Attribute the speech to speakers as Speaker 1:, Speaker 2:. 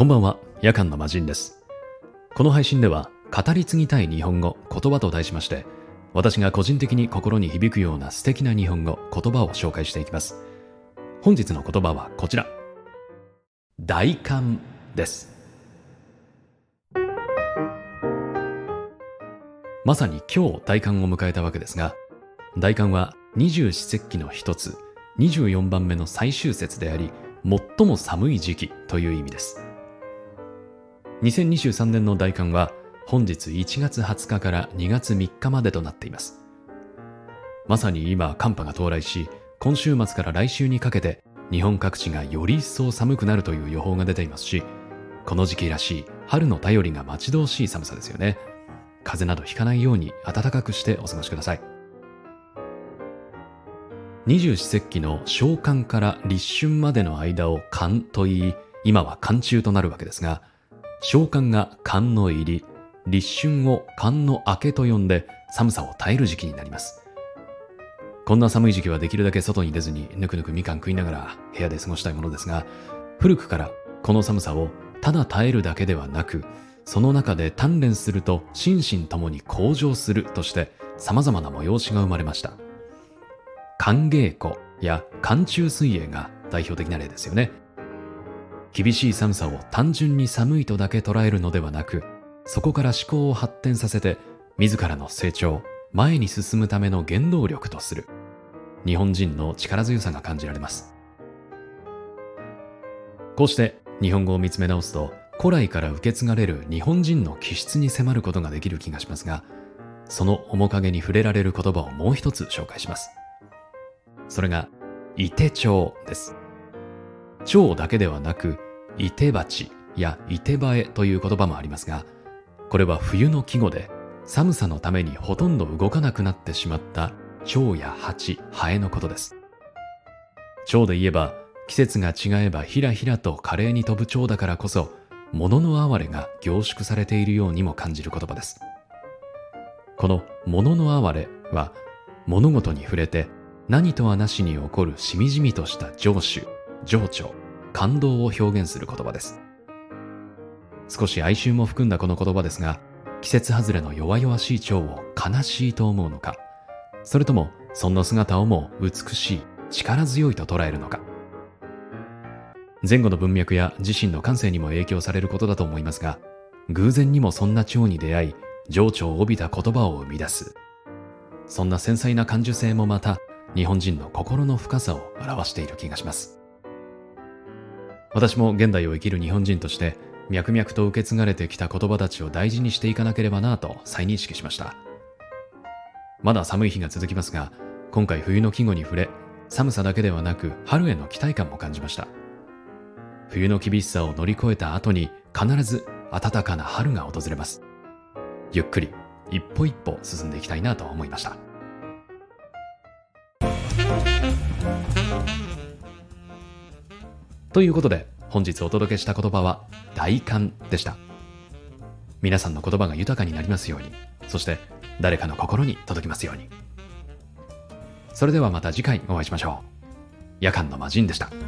Speaker 1: こんばんは、夜間の魔人です。この配信では、語り継ぎたい日本語、言葉と題しまして、私が個人的に心に響くような素敵な日本語、言葉を紹介していきます。本日の言葉はこちら。大寒です。まさに今日大寒を迎えたわけですが、大寒は二十四節気の一つ、24番目の最終節であり、最も寒い時期という意味です。2023年の大寒は本日1月20日から2月3日までとなっています。まさに今寒波が到来し、今週末から来週にかけて日本各地がより一層寒くなるという予報が出ていますし、この時期らしい春の便りが待ち遠しい寒さですよね。風邪などひかないように暖かくしてお過ごしください。二十四節気の小寒から立春までの間を寒と言い、今は寒中となるわけですが、小寒が寒の入り、立春を寒の明けと呼んで寒さを耐える時期になります。こんな寒い時期はできるだけ外に出ずにぬくぬくみかん食いながら部屋で過ごしたいものですが、古くからこの寒さをただ耐えるだけではなく、その中で鍛錬すると心身ともに向上するとして様々な催しが生まれました。寒稽古や寒中水泳が代表的な例ですよね。厳しい寒さを単純に寒いとだけ捉えるのではなく、そこから思考を発展させて自らの成長、前に進むための原動力とする日本人の力強さが感じられます。こうして日本語を見つめ直すと、古来から受け継がれる日本人の気質に迫ることができる気がしますが、その面影に触れられる言葉をもう一つ紹介します。それがいて蝶です。蝶だけではなく、いてばちやいてばえという言葉もありますが、これは冬の季語で、寒さのためにほとんど動かなくなってしまった蝶や蜂、ハエのことです。蝶で言えば、季節が違えばひらひらと華麗に飛ぶ蝶だからこそ、物の哀れが凝縮されているようにも感じる言葉です。この物の哀れは、物事に触れて何とはなしに起こるしみじみとした情緒、情緒、感動を表現する言葉です。少し哀愁も含んだこの言葉ですが、季節外れの弱々しい蝶を悲しいと思うのか、それともそんな姿をも美しい、力強いと捉えるのか。前後の文脈や自身の感性にも影響されることだと思いますが、偶然にもそんな蝶に出会い、情緒を帯びた言葉を生み出す。そんな繊細な感受性もまた、日本人の心の深さを表している気がします。私も現代を生きる日本人として、脈々と受け継がれてきた言葉たちを大事にしていかなければなぁと再認識しました。まだ寒い日が続きますが、今回冬の季語に触れ、寒さだけではなく春への期待感も感じました。冬の厳しさを乗り越えた後に必ず暖かな春が訪れます。ゆっくり一歩一歩進んでいきたいなと思いました。ということで、本日お届けした言葉は大寒でした。皆さんの言葉が豊かになりますように、そして誰かの心に届きますように。それではまた次回お会いしましょう。夜間の魔人でした。